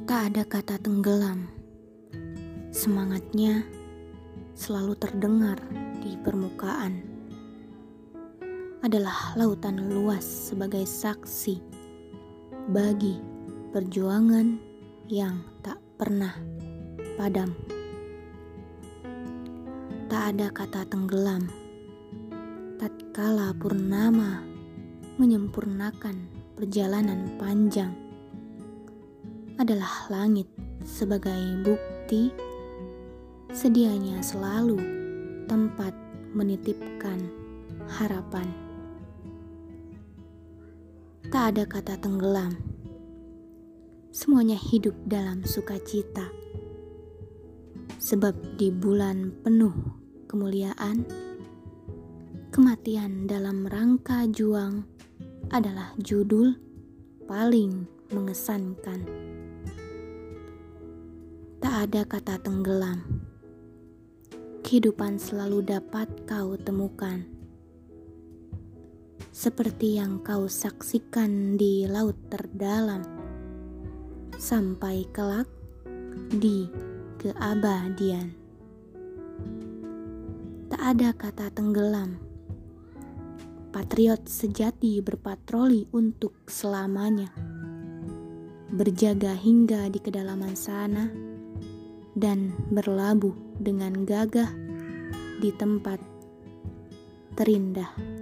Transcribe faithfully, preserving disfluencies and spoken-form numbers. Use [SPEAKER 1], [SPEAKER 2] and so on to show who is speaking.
[SPEAKER 1] Tak ada kata tenggelam. Semangatnya selalu terdengar di permukaan. Adalah lautan luas sebagai saksi bagi perjuangan yang tak pernah padam. Tak ada kata tenggelam tatkala purnama menyempurnakan perjalanan panjang. Adalah langit sebagai bukti sedianya selalu tempat menitipkan harapan. Tak ada kata tenggelam. Semuanya hidup dalam sukacita. Sebab di bulan penuh kemuliaan, kematian dalam rangka juang adalah judul paling mengesankan. Tak ada kata tenggelam. Kehidupan selalu dapat kau temukan. Seperti yang kau saksikan di laut terdalam, sampai kelak di keabadian. Tak ada kata tenggelam. Patriot sejati berpatroli untuk selamanya, berjaga hingga di kedalaman sana, dan berlabuh dengan gagah di tempat terindah.